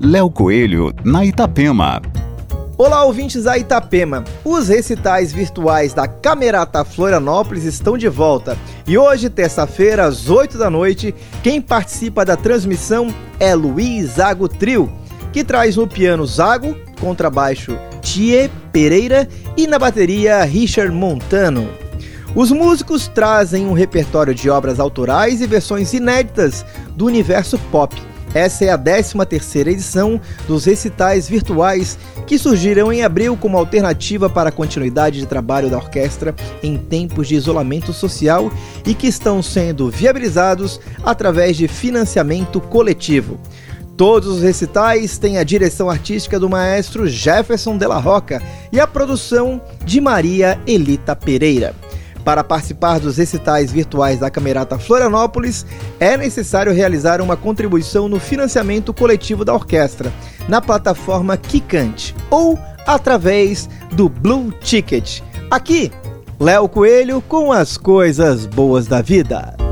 Léo Coelho, na Itapema. Olá, ouvintes da Itapema. Os recitais virtuais da Camerata Florianópolis estão de volta. E hoje, terça-feira, às 8 da noite, quem participa da transmissão é Luiz Zago Trio, que traz no piano Zago, contrabaixo Thier Pereira e na bateria Richard Montano. Os músicos trazem um repertório de obras autorais e versões inéditas do universo pop. Essa é a 13ª edição dos recitais virtuais que surgiram em abril como alternativa para a continuidade de trabalho da orquestra em tempos de isolamento social e que estão sendo viabilizados através de financiamento coletivo. Todos os recitais têm a direção artística do maestro Jefferson de la Roca e a produção de Maria Elita Pereira. Para participar dos recitais virtuais da Camerata Florianópolis, é necessário realizar uma contribuição no financiamento coletivo da orquestra, na plataforma Kikante, ou através do Blue Ticket. Aqui, Léo Coelho com as coisas boas da vida.